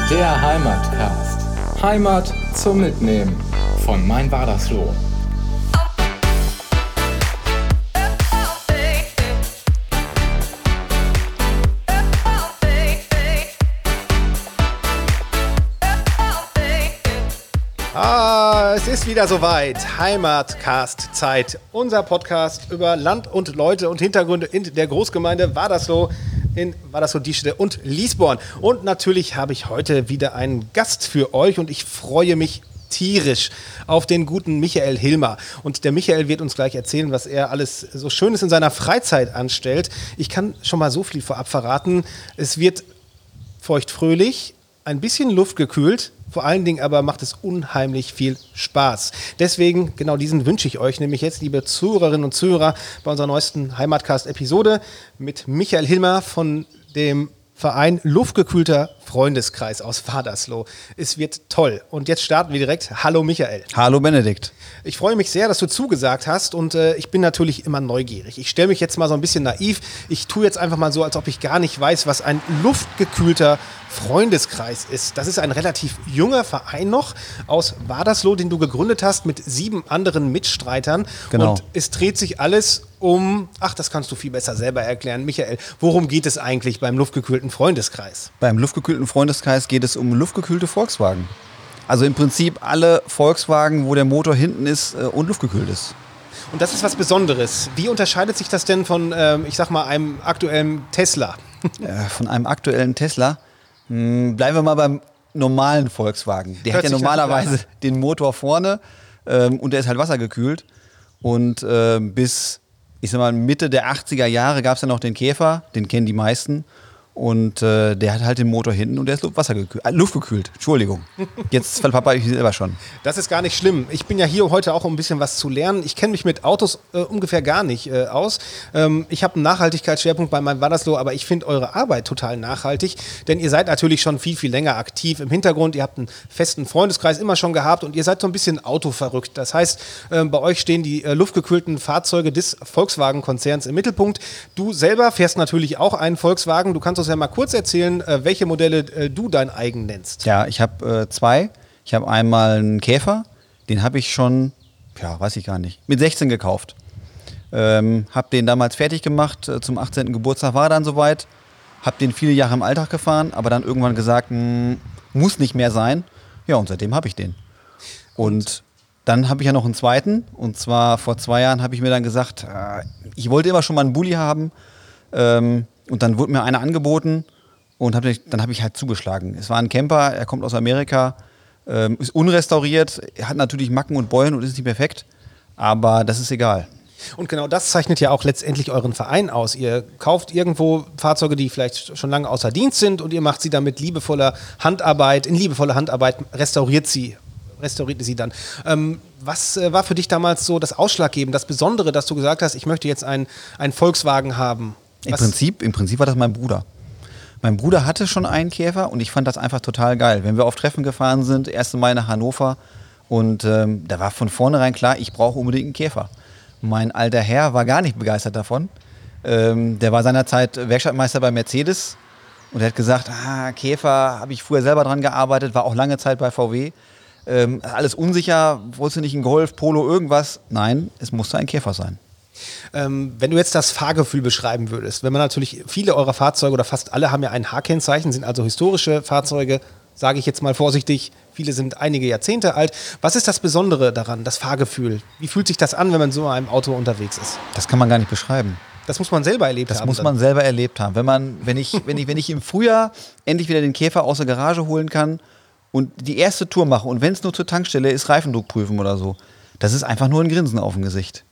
Der Heimatcast. Heimat zum Mitnehmen von Mein Wadersloh. Es ist wieder soweit. Heimatcast-Zeit. Unser Podcast über Land und Leute und Hintergründe in der Großgemeinde Wadersloh, in Wadersloh-Diestede und Liesborn. Und natürlich habe ich heute wieder einen Gast für euch und ich freue mich tierisch auf den guten Michael Hilmer. Und der Michael wird uns gleich erzählen, was er alles so Schönes in seiner Freizeit anstellt. Ich kann schon mal so viel vorab verraten. Es wird feuchtfröhlich, ein bisschen luftgekühlt. Vor allen Dingen aber macht es unheimlich viel Spaß. Deswegen, genau diesen wünsche ich euch nämlich jetzt, liebe Zuhörerinnen und Zuhörer, bei unserer neuesten Heimatcast-Episode mit Michael Hilmer von dem Verein Luftgekühlter Freundeskreis aus Wadersloh. Es wird toll. Und jetzt starten wir direkt. Hallo Michael. Hallo Benedikt. Ich freue mich sehr, dass du zugesagt hast und ich bin natürlich immer neugierig. Ich stelle mich jetzt mal so ein bisschen naiv. Ich tue jetzt einfach mal so, als ob ich gar nicht weiß, was ein luftgekühlter Freundeskreis ist. Das ist ein relativ junger Verein noch aus Wadersloh, den du gegründet hast mit 7 anderen Mitstreitern. Genau. Und es dreht sich alles um, das kannst du viel besser selber erklären, Michael. Worum geht es eigentlich beim luftgekühlten Freundeskreis? Beim luftgekühlten Freundeskreis geht es um luftgekühlte Volkswagen. Also im Prinzip alle Volkswagen, wo der Motor hinten ist und luftgekühlt ist. Und das ist was Besonderes. Wie unterscheidet sich das denn von, einem aktuellen Tesla? Von einem aktuellen Tesla? Bleiben wir mal beim normalen Volkswagen. Der hat ja normalerweise den Motor vorne und der ist halt wassergekühlt. Und bis, Mitte der 80er Jahre gab es ja noch den Käfer, den kennen die meisten. Und der hat halt den Motor hinten und der ist luftgekühlt. Entschuldigung. Jetzt verpapper ich selber schon. Das ist gar nicht schlimm. Ich bin ja hier heute auch, um ein bisschen was zu lernen. Ich kenne mich mit Autos ungefähr gar nicht aus. Ich habe einen Nachhaltigkeitsschwerpunkt bei meinem Wadersloh, aber ich finde eure Arbeit total nachhaltig. Denn ihr seid natürlich schon viel, viel länger aktiv im Hintergrund. Ihr habt einen festen Freundeskreis immer schon gehabt und ihr seid so ein bisschen autoverrückt. Das heißt, bei euch stehen die luftgekühlten Fahrzeuge des Volkswagen-Konzerns im Mittelpunkt. Du selber fährst natürlich auch einen Volkswagen. Du kannst uns ja mal kurz erzählen, welche Modelle du dein eigen nennst. Ja, ich habe 2. Ich habe einmal einen Käfer, den habe ich schon, weiß ich gar nicht, mit 16 gekauft. Habe den damals fertig gemacht, zum 18. Geburtstag war dann soweit. Habe den viele Jahre im Alltag gefahren, aber dann irgendwann gesagt, muss nicht mehr sein. Ja, und seitdem habe ich den. Und dann habe ich ja noch einen zweiten. Und zwar vor 2 Jahren habe ich mir dann gesagt, ich wollte immer schon mal einen Bulli haben. Und dann wurde mir einer angeboten und dann habe ich halt zugeschlagen. Es war ein Camper, er kommt aus Amerika, ist unrestauriert, hat natürlich Macken und Beulen und ist nicht perfekt, aber das ist egal. Und genau das zeichnet ja auch letztendlich euren Verein aus. Ihr kauft irgendwo Fahrzeuge, die vielleicht schon lange außer Dienst sind und ihr macht sie dann mit liebevoller Handarbeit, restauriert sie dann. Was war für dich damals so das Ausschlaggebende, das Besondere, dass du gesagt hast, ich möchte jetzt einen Volkswagen haben? Im Prinzip war das mein Bruder. Mein Bruder hatte schon einen Käfer und ich fand das einfach total geil. Wenn wir auf Treffen gefahren sind, erste Mal nach Hannover und da war von vornherein klar, ich brauche unbedingt einen Käfer. Mein alter Herr war gar nicht begeistert davon. Der war seinerzeit Werkstattmeister bei Mercedes und er hat gesagt, Käfer, habe ich früher selber dran gearbeitet, war auch lange Zeit bei VW. Alles unsicher, wolltest du nicht einen Golf, Polo, irgendwas? Nein, es musste ein Käfer sein. Wenn du jetzt das Fahrgefühl beschreiben würdest, wenn man natürlich, viele eurer Fahrzeuge oder fast alle haben ja ein H-Kennzeichen, sind also historische Fahrzeuge, sage ich jetzt mal vorsichtig, viele sind einige Jahrzehnte alt. Was ist das Besondere daran, das Fahrgefühl? Wie fühlt sich das an, wenn man so in einem Auto unterwegs ist? Das kann man gar nicht beschreiben. Das muss man selber erlebt haben. Das muss man selber erlebt haben. Wenn ich im Frühjahr endlich wieder den Käfer aus der Garage holen kann und die erste Tour mache und wenn es nur zur Tankstelle ist, Reifendruck prüfen oder so, das ist einfach nur ein Grinsen auf dem Gesicht.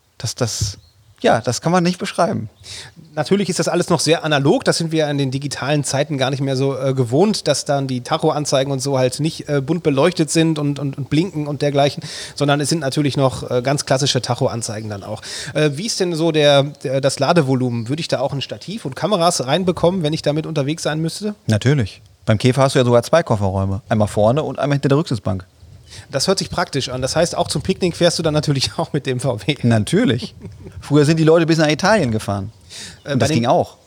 Das kann man nicht beschreiben. Natürlich ist das alles noch sehr analog. Das sind wir in den digitalen Zeiten gar nicht mehr so gewohnt, dass dann die Tachoanzeigen und so halt nicht bunt beleuchtet sind und blinken und dergleichen, sondern es sind natürlich noch ganz klassische Tachoanzeigen dann auch. Wie ist denn so das Ladevolumen? Würde ich da auch ein Stativ und Kameras reinbekommen, wenn ich damit unterwegs sein müsste? Natürlich. Beim Käfer hast du ja sogar 2 Kofferräume. Einmal vorne und einmal hinter der Rücksitzbank. Das hört sich praktisch an. Das heißt, auch zum Picknick fährst du dann natürlich auch mit dem VW. Natürlich. Früher sind die Leute bis nach Italien gefahren. Und das ging auch.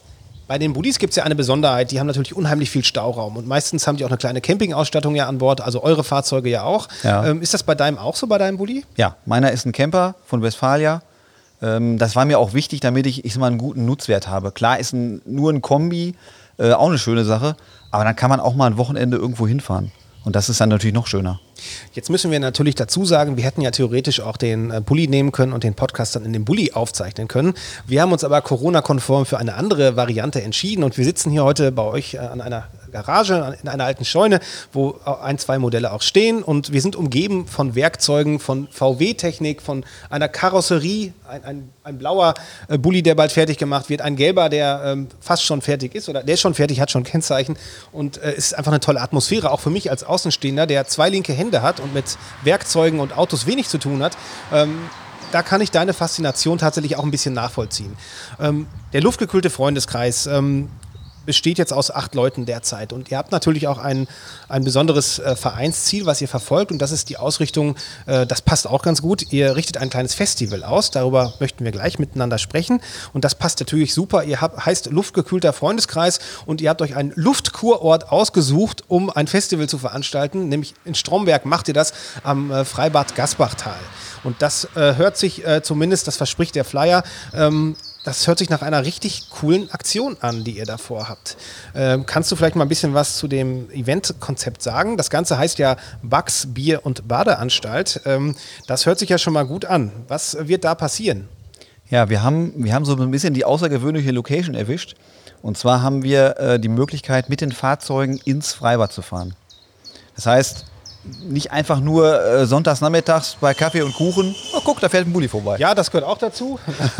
Bei den Bullis gibt es ja eine Besonderheit, die haben natürlich unheimlich viel Stauraum und meistens haben die auch eine kleine Campingausstattung ja an Bord, also eure Fahrzeuge ja auch. Ja. Ist das bei deinem auch so, bei deinem Bulli? Ja, meiner ist ein Camper von Westfalia. Das war mir auch wichtig, damit ich sag mal, einen guten Nutzwert habe. Klar ist nur ein Kombi auch eine schöne Sache, aber dann kann man auch mal ein Wochenende irgendwo hinfahren. Und das ist dann natürlich noch schöner. Jetzt müssen wir natürlich dazu sagen, wir hätten ja theoretisch auch den Bulli nehmen können und den Podcast dann in dem Bulli aufzeichnen können. Wir haben uns aber Corona-konform für eine andere Variante entschieden und wir sitzen hier heute bei euch an einer Garage, in einer alten Scheune, wo 1, 2 Modelle auch stehen und wir sind umgeben von Werkzeugen, von VW-Technik, von einer Karosserie, ein blauer Bulli, der bald fertig gemacht wird, ein gelber, der fast schon fertig ist oder der ist schon fertig, hat schon Kennzeichen und ist einfach eine tolle Atmosphäre, auch für mich als Außenstehender, der 2 linke Hände hat und mit Werkzeugen und Autos wenig zu tun hat. Da kann ich deine Faszination tatsächlich auch ein bisschen nachvollziehen. Der luftgekühlte Freundeskreis besteht jetzt aus 8 Leuten derzeit und ihr habt natürlich auch ein besonderes Vereinsziel, was ihr verfolgt und das ist die Ausrichtung, das passt auch ganz gut, ihr richtet ein kleines Festival aus, darüber möchten wir gleich miteinander sprechen und das passt natürlich super, heißt luftgekühlter Freundeskreis und ihr habt euch einen Luftkurort ausgesucht, um ein Festival zu veranstalten, nämlich in Stromberg macht ihr das am Freibad Gaspachtal und das hört sich zumindest, das verspricht der Flyer, das hört sich nach einer richtig coolen Aktion an, die ihr davor habt. Kannst du vielleicht mal ein bisschen was zu dem Eventkonzept sagen? Das Ganze heißt ja Bugs, Bier und Badeanstalt. Das hört sich ja schon mal gut an. Was wird da passieren? Ja, wir haben so ein bisschen die außergewöhnliche Location erwischt. Und zwar haben wir die Möglichkeit, mit den Fahrzeugen ins Freibad zu fahren. Das heißt, nicht einfach nur sonntags nachmittags bei Kaffee und Kuchen, oh guck, da fährt ein Bulli vorbei. Ja, das gehört auch dazu.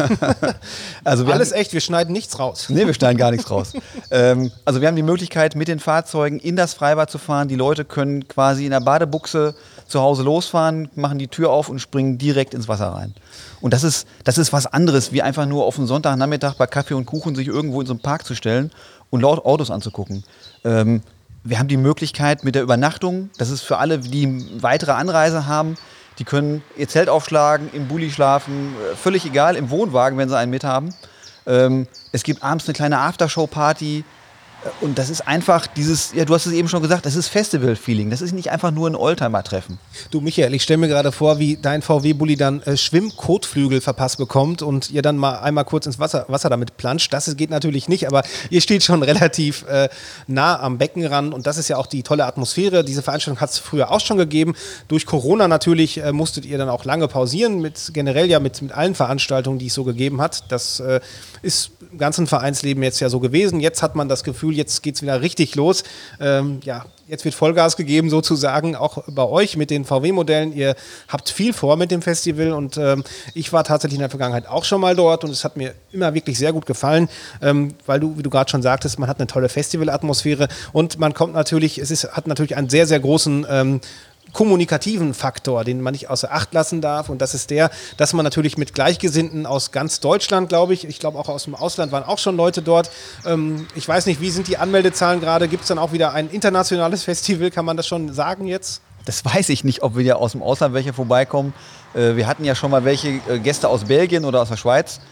Also alles echt, wir schneiden nichts raus. Nee, wir schneiden gar nichts raus. Also wir haben die Möglichkeit, mit den Fahrzeugen in das Freibad zu fahren. Die Leute können quasi in der Badebuchse zu Hause losfahren, machen die Tür auf und springen direkt ins Wasser rein. Und das ist was anderes, wie einfach nur auf einen Sonntagnachmittag bei Kaffee und Kuchen sich irgendwo in so einen Park zu stellen und laut Autos anzugucken. Wir haben die Möglichkeit mit der Übernachtung, das ist für alle, die weitere Anreise haben, die können ihr Zelt aufschlagen, im Bulli schlafen, völlig egal, im Wohnwagen, wenn sie einen mit haben. Es gibt abends eine kleine Aftershow-Party und das ist einfach dieses, ja, du hast es eben schon gesagt, das ist Festival-Feeling, das ist nicht einfach nur ein Oldtimer-Treffen. Du Michael, ich stelle mir gerade vor, wie dein VW-Bulli dann Schwimmkotflügel verpasst bekommt und ihr dann mal einmal kurz ins Wasser damit planscht. Das geht natürlich nicht, aber ihr steht schon relativ nah am Becken ran und das ist ja auch die tolle Atmosphäre. Diese Veranstaltung hat es früher auch schon gegeben. Durch Corona natürlich musstet ihr dann auch lange pausieren, generell ja mit allen Veranstaltungen, die es so gegeben hat. Das ist im ganzen Vereinsleben jetzt ja so gewesen. Jetzt hat man das Gefühl, jetzt geht es wieder richtig los. Jetzt wird Vollgas gegeben sozusagen, auch bei euch mit den VW-Modellen. Ihr habt viel vor mit dem Festival und ich war tatsächlich in der Vergangenheit auch schon mal dort und es hat mir immer wirklich sehr gut gefallen, weil du, wie du gerade schon sagtest, man hat eine tolle Festivalatmosphäre und man kommt natürlich, hat natürlich einen sehr, sehr großen kommunikativen Faktor, den man nicht außer Acht lassen darf und das ist der, dass man natürlich mit Gleichgesinnten aus ganz Deutschland, glaube ich glaube auch aus dem Ausland waren auch schon Leute dort. Ich weiß nicht, wie sind die Anmeldezahlen gerade? Gibt es dann auch wieder ein internationales Festival? Kann man das schon sagen jetzt? Das weiß ich nicht, ob wieder aus dem Ausland welche vorbeikommen. Wir hatten ja schon mal welche Gäste aus Belgien oder aus der Schweiz.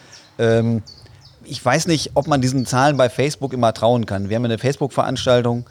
Ich weiß nicht, ob man diesen Zahlen bei Facebook immer trauen kann. Wir haben eine Facebook-Veranstaltung,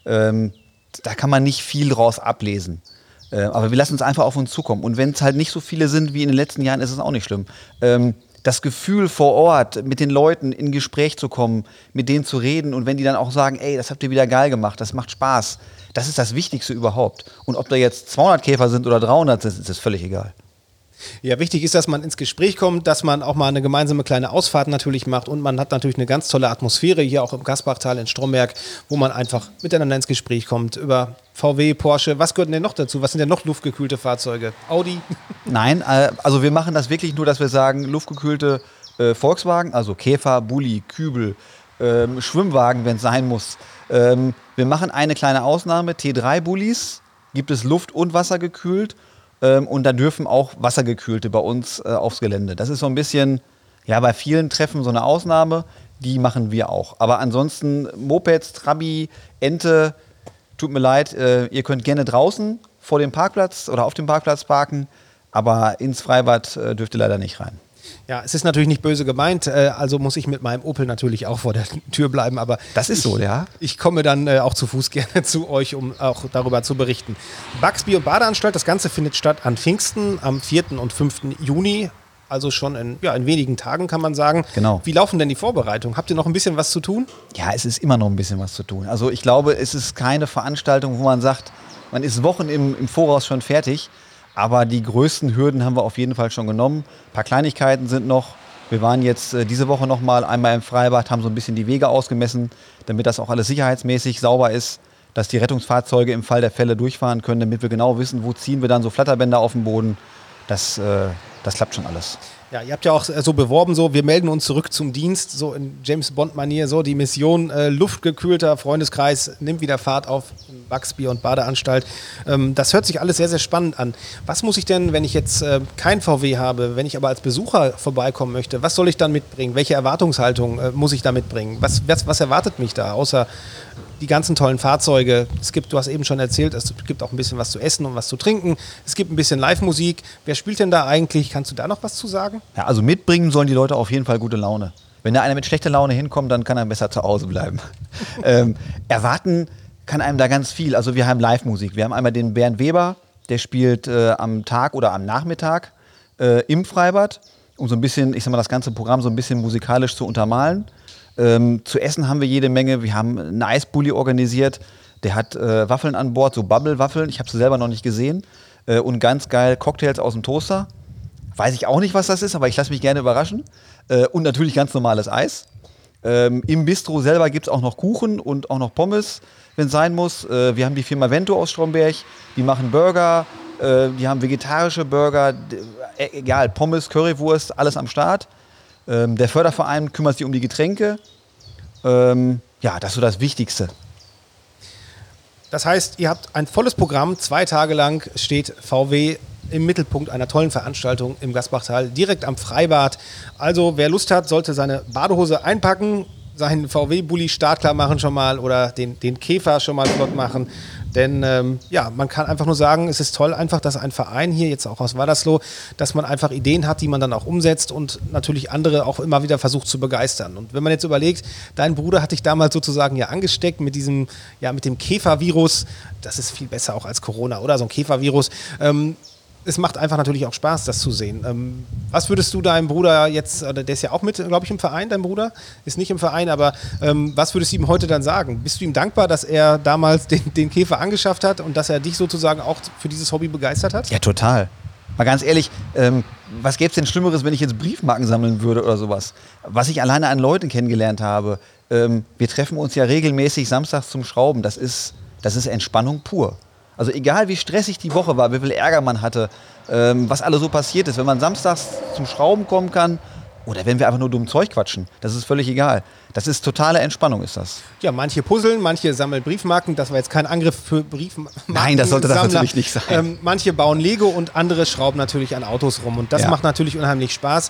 da kann man nicht viel draus ablesen. Aber wir lassen es einfach auf uns zukommen. Und wenn es halt nicht so viele sind wie in den letzten Jahren, ist es auch nicht schlimm. Das Gefühl vor Ort, mit den Leuten in Gespräch zu kommen, mit denen zu reden und wenn die dann auch sagen, ey, das habt ihr wieder geil gemacht, das macht Spaß, das ist das Wichtigste überhaupt. Und ob da jetzt 200 Käfer sind oder 300 sind, ist das völlig egal. Ja, wichtig ist, dass man ins Gespräch kommt, dass man auch mal eine gemeinsame kleine Ausfahrt natürlich macht und man hat natürlich eine ganz tolle Atmosphäre hier auch im Gaspachtal in Stromberg, wo man einfach miteinander ins Gespräch kommt über VW, Porsche. Was gehört denn noch dazu? Was sind denn noch luftgekühlte Fahrzeuge? Audi? Nein, also wir machen das wirklich nur, dass wir sagen, luftgekühlte Volkswagen, also Käfer, Bulli, Kübel, Schwimmwagen, wenn es sein muss. Wir machen eine kleine Ausnahme, T3-Bullis gibt es Luft- und Wasser gekühlt. Und da dürfen auch Wassergekühlte bei uns aufs Gelände. Das ist so ein bisschen, ja, bei vielen Treffen so eine Ausnahme, die machen wir auch. Aber ansonsten Mopeds, Trabi, Ente, tut mir leid, ihr könnt gerne draußen vor dem Parkplatz oder auf dem Parkplatz parken, aber ins Freibad dürft ihr leider nicht rein. Ja, es ist natürlich nicht böse gemeint, also muss ich mit meinem Opel natürlich auch vor der Tür bleiben, aber Das ist so, ja. ich komme dann auch zu Fuß gerne zu euch, um auch darüber zu berichten. Bugsby und Badeanstalt, das Ganze findet statt an Pfingsten am 4. und 5. Juni, also schon in wenigen Tagen kann man sagen. Genau. Wie laufen denn die Vorbereitungen? Habt ihr noch ein bisschen was zu tun? Ja, es ist immer noch ein bisschen was zu tun. Also ich glaube, es ist keine Veranstaltung, wo man sagt, man ist Wochen im Voraus schon fertig. Aber die größten Hürden haben wir auf jeden Fall schon genommen. Ein paar Kleinigkeiten sind noch. Wir waren jetzt diese Woche noch mal einmal im Freibad, haben so ein bisschen die Wege ausgemessen, damit das auch alles sicherheitsmäßig sauber ist, dass die Rettungsfahrzeuge im Fall der Fälle durchfahren können, damit wir genau wissen, wo ziehen wir dann so Flatterbänder auf den Boden. Das klappt schon alles. Ja, ihr habt ja auch so beworben, so wir melden uns zurück zum Dienst, so in James-Bond-Manier, so die Mission luftgekühlter Freundeskreis nimmt wieder Fahrt auf in Bugsby und Badeanstalt. Das hört sich alles sehr, sehr spannend an. Was muss ich denn, wenn ich jetzt kein VW habe, wenn ich aber als Besucher vorbeikommen möchte, was soll ich dann mitbringen? Welche Erwartungshaltung muss ich da mitbringen? Was erwartet mich da, außer die ganzen tollen Fahrzeuge? Du hast eben schon erzählt, es gibt auch ein bisschen was zu essen und was zu trinken. Es gibt ein bisschen Live-Musik. Wer spielt denn da eigentlich? Kannst du da noch was zu sagen? Ja, also mitbringen sollen die Leute auf jeden Fall gute Laune. Wenn da einer mit schlechter Laune hinkommt, dann kann er besser zu Hause bleiben. Erwarten kann einem da ganz viel. Also wir haben Live-Musik. Wir haben einmal den Bernd Weber, der spielt am Tag oder am Nachmittag im Freibad, um so ein bisschen, ich sag mal, das ganze Programm so ein bisschen musikalisch zu untermalen. Zu essen haben wir jede Menge. Wir haben einen Eisbully organisiert. Der hat Waffeln an Bord, so Bubble-Waffeln. Ich habe sie selber noch nicht gesehen. Und ganz geil Cocktails aus dem Toaster. Weiß ich auch nicht, was das ist, aber ich lasse mich gerne überraschen. Und natürlich ganz normales Eis. Im Bistro selber gibt es auch noch Kuchen und auch noch Pommes, wenn es sein muss. Wir haben die Firma Vento aus Stromberg. Die machen Burger. Die haben vegetarische Burger. Egal, Pommes, Currywurst, alles am Start. Der Förderverein kümmert sich um die Getränke. Ja, das ist so das Wichtigste. Das heißt, ihr habt ein volles Programm. 2 Tage lang steht VW im Mittelpunkt einer tollen Veranstaltung im Gaspachtal, direkt am Freibad. Also wer Lust hat, sollte seine Badehose einpacken, seinen VW-Bulli startklar machen schon mal oder den Käfer schon mal flott machen. Denn man kann einfach nur sagen, es ist toll einfach, dass ein Verein hier, jetzt auch aus Wadersloh, dass man einfach Ideen hat, die man dann auch umsetzt und natürlich andere auch immer wieder versucht zu begeistern. Und wenn man jetzt überlegt, dein Bruder hat dich damals sozusagen ja angesteckt mit diesem, mit dem Käfervirus, das ist viel besser auch als Corona, oder? So ein Käfervirus. Es macht einfach natürlich auch Spaß, das zu sehen. Was würdest du deinem Bruder jetzt, der ist ja auch mit, glaube ich, im Verein, dein Bruder? Ist nicht im Verein, aber was würdest du ihm heute dann sagen? Bist du ihm dankbar, dass er damals den Käfer angeschafft hat und dass er dich sozusagen auch für dieses Hobby begeistert hat? Ja, total. Mal ganz ehrlich, was gäbe es denn Schlimmeres, wenn ich jetzt Briefmarken sammeln würde oder sowas? Was ich alleine an Leuten kennengelernt habe, wir treffen uns ja regelmäßig samstags zum Schrauben. Das ist Entspannung pur. Also egal wie stressig die Woche war, wie viel Ärger man hatte, was alles so passiert ist, wenn man samstags zum Schrauben kommen kann oder wenn wir einfach nur dumm Zeug quatschen, das ist völlig egal. Das ist totale Entspannung, ist das. Ja, manche puzzeln, manche sammeln Briefmarken, das war jetzt kein Angriff für Briefmarken. Nein, das sollte das natürlich nicht sein. Manche bauen Lego und andere schrauben natürlich an Autos rum und das macht natürlich unheimlich Spaß.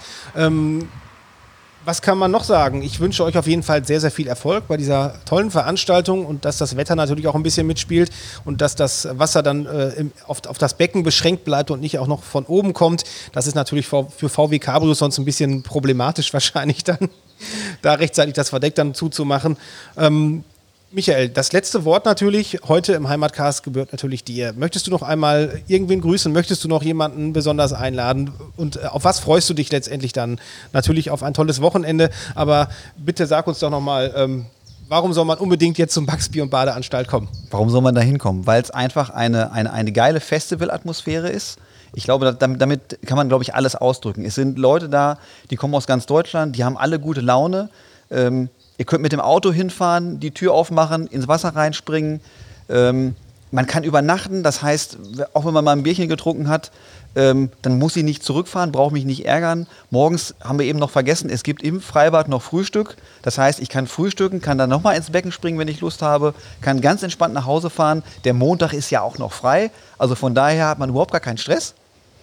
Was kann man noch sagen? Ich wünsche euch auf jeden Fall sehr, sehr viel Erfolg bei dieser tollen Veranstaltung und dass das Wetter natürlich auch ein bisschen mitspielt und dass das Wasser dann auf das Becken beschränkt bleibt und nicht auch noch von oben kommt. Das ist natürlich für VW Cabrios sonst ein bisschen problematisch wahrscheinlich dann, da rechtzeitig das Verdeck dann zuzumachen. Michael, das letzte Wort natürlich heute im Heimatcast gebührt natürlich dir. Möchtest du noch einmal irgendwen grüßen? Möchtest du noch jemanden besonders einladen? Und auf was freust du dich letztendlich dann? Natürlich auf ein tolles Wochenende, aber bitte sag uns doch nochmal, warum soll man unbedingt jetzt zum Bugsby und Badeanstalt kommen? Warum soll man da hinkommen? Weil es einfach eine geile Festivalatmosphäre ist. Ich glaube, damit kann man, glaube ich, alles ausdrücken. Es sind Leute da, die kommen aus ganz Deutschland, die haben alle gute Laune. Ihr könnt mit dem Auto hinfahren, die Tür aufmachen, ins Wasser reinspringen. Man kann übernachten, das heißt, auch wenn man mal ein Bierchen getrunken hat, dann muss ich nicht zurückfahren, brauche mich nicht ärgern. Morgens haben wir eben noch vergessen, es gibt im Freibad noch Frühstück. Das heißt, ich kann frühstücken, kann dann nochmal ins Becken springen, wenn ich Lust habe, kann ganz entspannt nach Hause fahren. Der Montag ist ja auch noch frei, also von daher hat man überhaupt gar keinen Stress.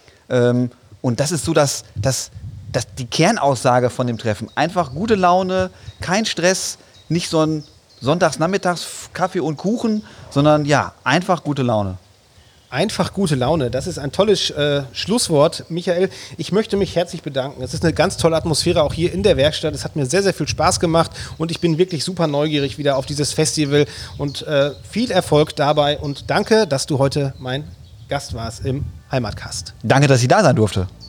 Und das ist so die Kernaussage von dem Treffen. Einfach gute Laune, kein Stress, nicht so ein Sonntagsnachmittags Kaffee und Kuchen, sondern ja, einfach gute Laune. Einfach gute Laune. Das ist ein tolles Schlusswort. Michael, ich möchte mich herzlich bedanken. Es ist eine ganz tolle Atmosphäre auch hier in der Werkstatt. Es hat mir sehr, sehr viel Spaß gemacht und ich bin wirklich super neugierig wieder auf dieses Festival und viel Erfolg dabei und danke, dass du heute mein Gast warst im Heimatcast. Danke, dass ich da sein durfte.